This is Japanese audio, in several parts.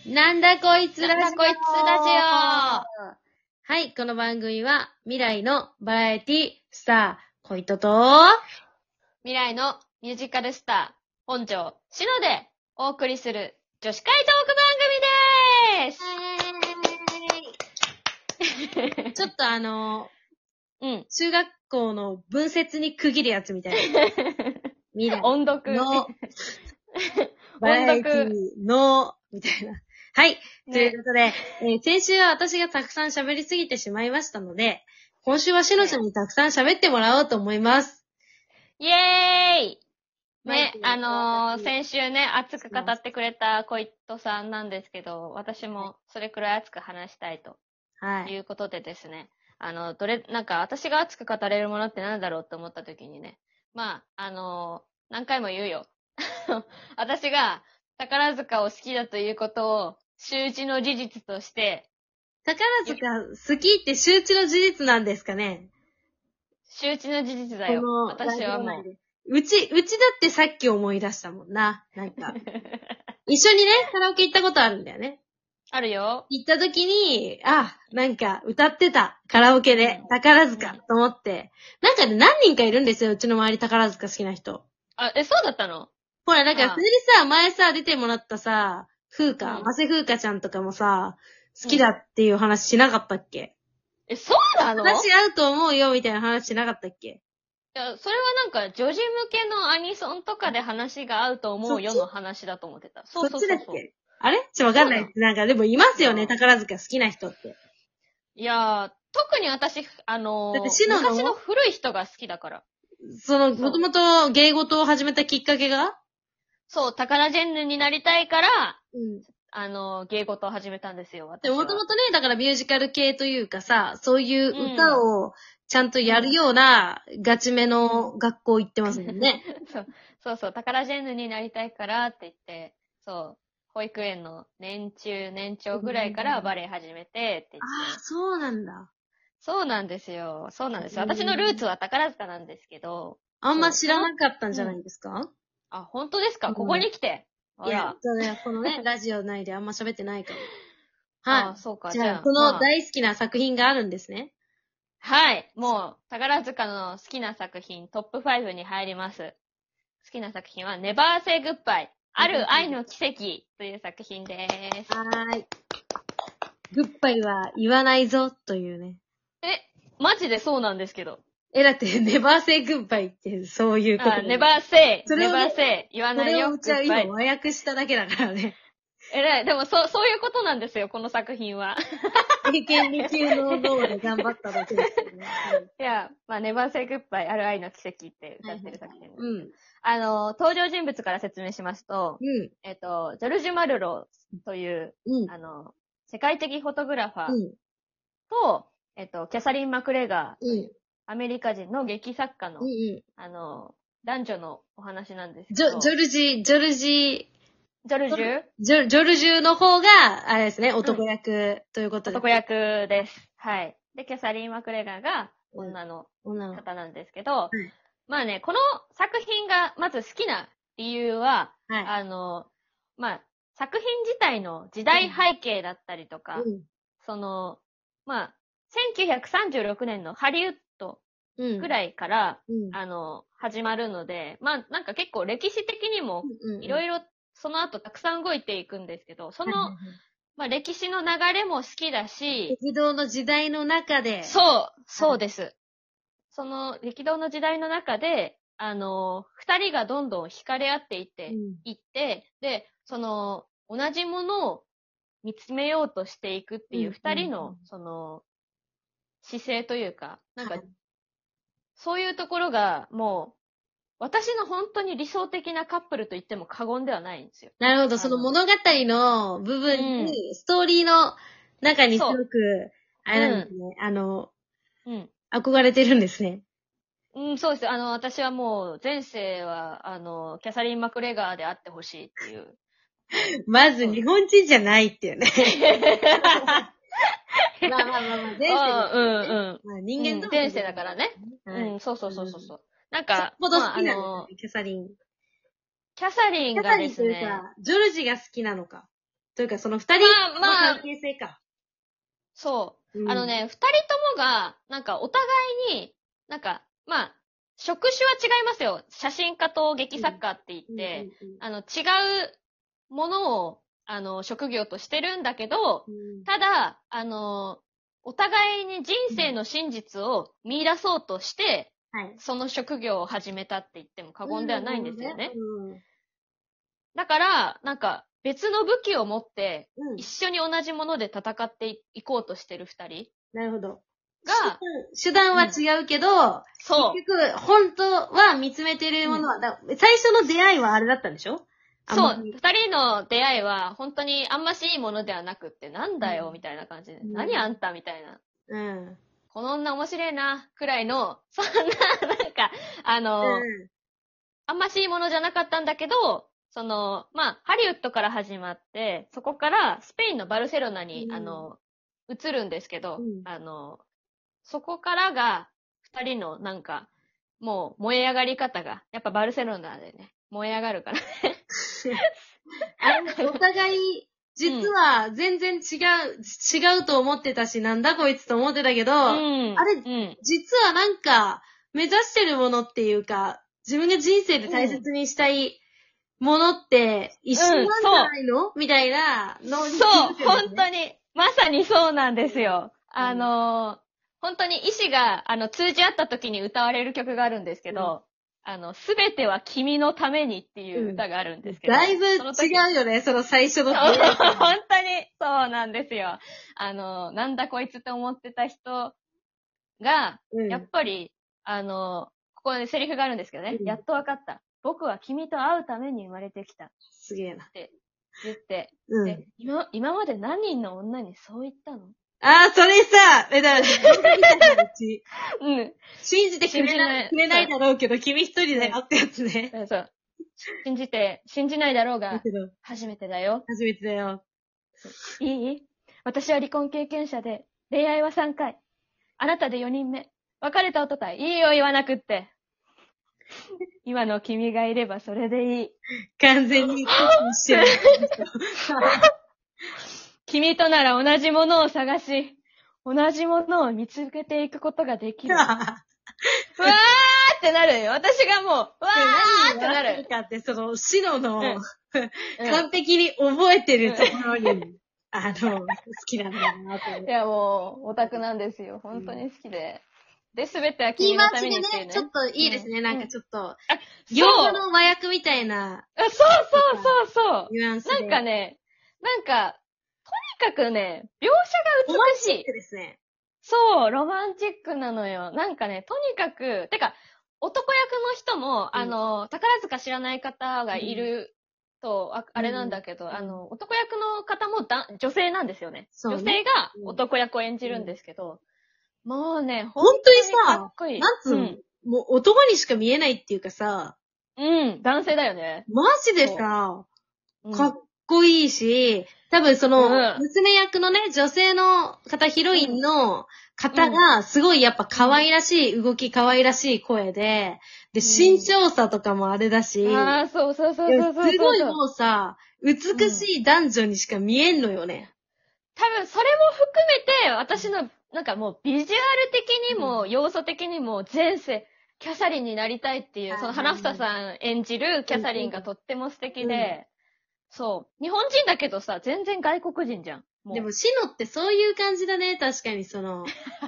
なんだこいつラジオ。 なんだこいつラジオ。 はい、この番組は未来のバラエティスター、小糸と、 未来のミュージカルスター、本庄しのでお送りする女子会トーク番組でーす。 ちょっと中学校の文節に区切るやつみたいな。未来音読。 のバラエティの、みたいな。はい。ということで、先週は私がたくさん喋りすぎてしまいましたので、今週はしのちゃんにたくさん喋ってもらおうと思います。 イエーイね、 はい先週ね、熱く語ってくれた小糸さんなんですけど、私もそれくらい熱く話したいということでですね、なんか私が熱く語れるものって何だろうと思った時にね、まあ、何回も言うよ。私が宝塚を好きだということを周知の事実として、 宝塚好きって周知の事実なんですかね？ 周知の事実だよ。私はもう。 うちだってさっき思い出したもんな。なんか。一緒にね、カラオケ行ったことあるんだよね。 あるよ。 行った時に、なんか歌ってた。カラオケで。宝塚と思って。なんかね、何人かいるんですよ。うちの周り宝塚好きな人。 そうだったの？ ほら、なんか、それでさ、前さ、出てもらったさ、マセ風花ちゃんとかもさ、好きだっていう話しなかったっけ？ そうなの？ 話合うと思うよ、みたいな話しなかったっけ？ いや、それはなんか、女児向けのアニソンとかで話が合うと思うよの話だと思ってた。 そっちだっけ？あれわかんない。なんか、でもいますよね、宝塚好きな人って。 いやー、特に私、 だって昔の古い人が好きだから。 もともと芸事を始めたきっかけが？ そう、宝ジェンヌになりたいから、芸事を始めたんですよ、私は。 もともとね、だからミュージカル系というかさ、そういう歌をちゃんとやるようなガチめの学校行ってますもんね。 そう、宝ジェンヌになりたいからって言って、そう、保育園の年長ぐらいからバレエ始めてって言って。 そうなんだ。 そうなんですよ。私のルーツは宝塚なんですけど。 あんま知らなかったんじゃないですか？ 本当ですか？ここに来て。 いや、このね、ラジオ内であんま喋ってないから。はい。 そうか。 じゃあ、この大好きな作品があるんですね。 はい。もう、宝塚の好きな作品トップ5に入ります。好きな作品は Never Say Goodbye ある愛の奇跡という作品です。 グッバイは言わないぞというね。 マジでそうなんですけど。 だって、Never Say Goodbye ってそういうこと。 Never Say 言わないよ。 それをうちは今和訳しただけだからね。 でもそういうことなんですよ、この作品は。 経験2級の脳で頑張っただけですよね。 いや、Never Say Goodbye ある愛の奇跡って歌ってる作品です。登場人物から説明しますと、ジョルジュ・マルローという、世界的フォトグラファーと、キャサリン・マクレガー、アメリカ人の劇作家の、男女のお話なんですけど。ジョルジュの方が、あれですね、男役ということで。 男役です。はい。で、キャサリン・マクレガーが女の方なんですけど、まあね、この作品がまず好きな理由は、作品自体の時代背景だったりとか、1936年のハリウッドぐらいから、始まるので、なんか結構歴史的にも、いろいろその後たくさん動いていくんですけど、歴史の流れも好きだし、 激動の時代の中で。 そうです。その激動の時代の中で、二人がどんどん惹かれ合っていって、で、同じものを見つめようとしていくっていう二人の、姿勢というか、なんか、そういうところが、もう、私の本当に理想的なカップルと言っても過言ではないんですよ。 なるほど、その物語の部分に、ストーリーの中にすごく、あれなんですね、憧れてるんですね。 そうです。私はもう、前世は、キャサリン・マクレガーであってほしいっていう。 まず、日本人じゃないっていうね。前世人間の前世だからね。そう。なんか、 ほど好きなんですね、キャサリン。 キャサリンがですね。 ジョルジが好きなのか。 というか、その二人のまあ関係性か。 そう。 うん二人ともが、なんかお互いに、なんか、まあ、職種は違いますよ。写真家と劇作家って言って、違うものを、職業としてるんだけど、ただ、お互いに人生の真実を見出そうとして、その職業を始めたって言っても過言ではないんですよね。だから、なんか、別の武器を持って、一緒に同じもので戦っていこうとしてる二人。 なるほど。 が、 手段は違うけど、 そう。 結局、本当は見つめてるものは、最初の出会いはあれだったんでしょ？ そう。二人の出会いは、本当にあんましいいものではなくって、なんだよ、みたいな感じで。何あんたみたいな。この女面白いな、くらいの、そんな、なんか、あんましいいものじゃなかったんだけど、まあ、ハリウッドから始まって、そこからスペインのバルセロナに、移るんですけど、そこからが、二人のなんか、もう燃え上がり方が、やっぱバルセロナでね、燃え上がるからね。 お互い、実は全然違うと思ってたし、なんだこいつと思ってたけど、あれ、実はなんか、目指してるものっていうか、自分が人生で大切にしたいものって、一緒なんじゃないの？みたいなのに、 そう、本当に。まさにそうなんですよ。本当に意志が、通じ合った時に歌われる曲があるんですけど、すべては君のためにっていう歌があるんですけど。 だいぶ違うよね、その最初の。 本当に、そうなんですよ。なんだこいつって思ってた人が、やっぱり、ここでセリフがあるんですけどね、やっとわかった。僕は君と会うために生まれてきた。 すげえな。 って言って、で、今まで何人の女にそう言ったの？ それさ、信じてくれないだろうけど、君一人だよってやつね。 そう。信じないだろうが、初めてだよ。 初めてだよ。 いい？私は離婚経験者で、恋愛は3回。あなたで4人目。別れたおとたい。いいよ言わなくって。今の君がいればそれでいい。 完全にしてる。 君となら同じものを探し、同じものを見つけていくことができる。うわーってなるよ。私がもう、うわーってなる。 かって、シノの、完璧に覚えてるところに、好きなんだなと。 いや、もう、オタクなんですよ。本当に好きで。で、すべては君のためにっていうね。 ちょっといいですね。なんかちょっと、洋画の和訳みたいな。 そう。ニュアンスで。なんかね、とにかくね、描写が美しい。ロマンチックですね。そう、ロマンチックなのよ。なんかね、とにかく、てか、男役の人も、宝塚知らない方がいると、あれなんだけど、男役の方も女性なんですよね。女性が男役を演じるんですけど、もうね、 本当にさ、かっこいい。なんつうの、もう男にしか見えないっていうかさ、 男性だよね。 マジでさ、かっこいいし、多分娘役のね、女性の方、ヒロインの方が、すごいやっぱ可愛らしい動き、可愛らしい声で、身長差とかもあれだし、 そう。すごいもうさ、美しい男女にしか見えんのよね。 多分それも含めて、私の、なんかもうビジュアル的にも、要素的にも、前世、キャサリンになりたいっていう、その花房さん演じるキャサリンがとっても素敵で、そう。日本人だけどさ、全然外国人じゃん。 でも、シノってそういう感じだね、確かに好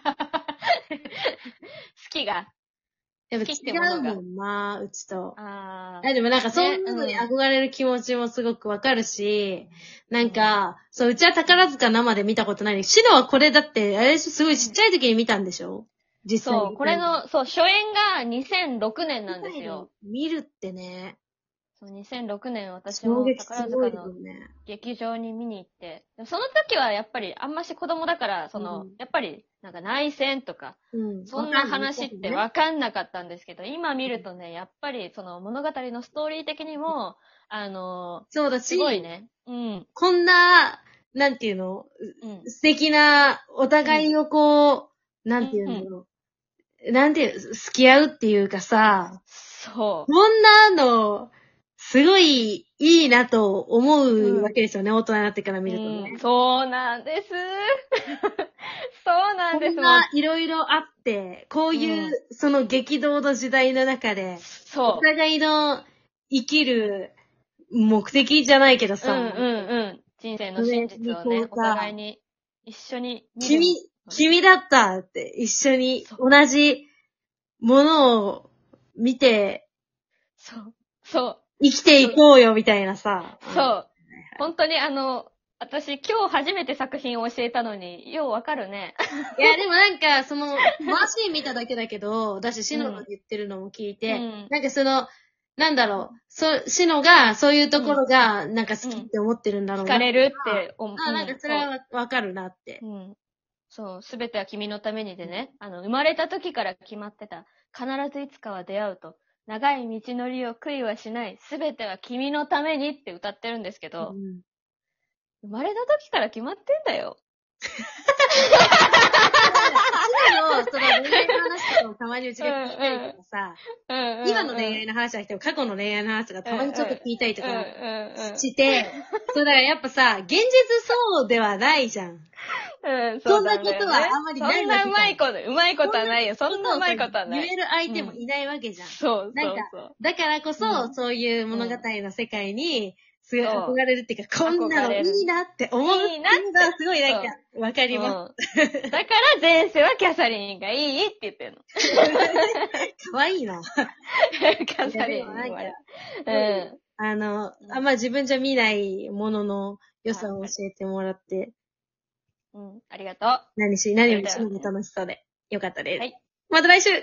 きが。 やっぱ違うもんな、うちと。でもなんかそういうのに憧れる気持ちもすごくわかるし、なんか、うちは宝塚生で見たことない。シノはこれだって、あれすごいちっちゃい時に見たんでしょ？実際に。 そう、これの、初演が2006年なんですよ。 見るってね。 そう、2006年私も宝塚の劇場に見に行って、その時はやっぱりあんまし子供だから、やっぱりなんか内戦とか、そんな話ってわかんなかったんですけど、今見るとね、やっぱり物語のストーリー的にも、 そうだし、 すごいね。 こんな、なんていうの、素敵な、お互いをなんていうの、なんていう、付き合うっていうかさ、 そう。 こんなの、 すごいいいなと思うわけですよね、大人になってから見るとね。 そうなんです。そうなんです。 こんないろいろあって、こういう、その激動の時代の中で、お互いの生きる目的じゃないけどさ、 人生の真実をね、お互いに一緒に見る。 君だったって一緒に同じものを見て、生きていこうよみたいなさ。 そう。本当に私今日初めて作品を教えたのに、ようわかるね。 いや、でもなんか、マシン見ただけだけど、私、シノが言ってるのも聞いて、なんかなんだろう、シノがそういうところが、なんか好きって思ってるんだろうな。 惹かれるって思う。 なんかそれはわかるなって。 そう、すべては君のためにでね、生まれた時から決まってた。必ずいつかは出会うと。長い道のりを悔いはしない。すべては君のためにって歌ってるんですけど、生まれた時から決まってんだよ。 今の、恋愛の話とかもたまにうちが聞いたりとかさ、今の恋愛の話じゃなくても過去の恋愛の話とかたまにちょっと聞いたりとかして、そうだからやっぱさ、現実そうではないじゃん。そんなことはあんまりない。 そんなうまいことはないよ。そんなうまいことはない。 言える相手もいないわけじゃん。 そう。 なんか、だからこそ、そういう物語の世界に、すごい憧れるっていうか、こんなのいいなって思うっていうのがすごいなんか、わかります。 だから前世はキャサリンがいいって言ってるの。 かわいいな。 キャサリンは。 あんま自分じゃ見ないものの良さを教えてもらって。 ありがとう。 何よりしのが楽しそうで。よかったです。 はい。 また来週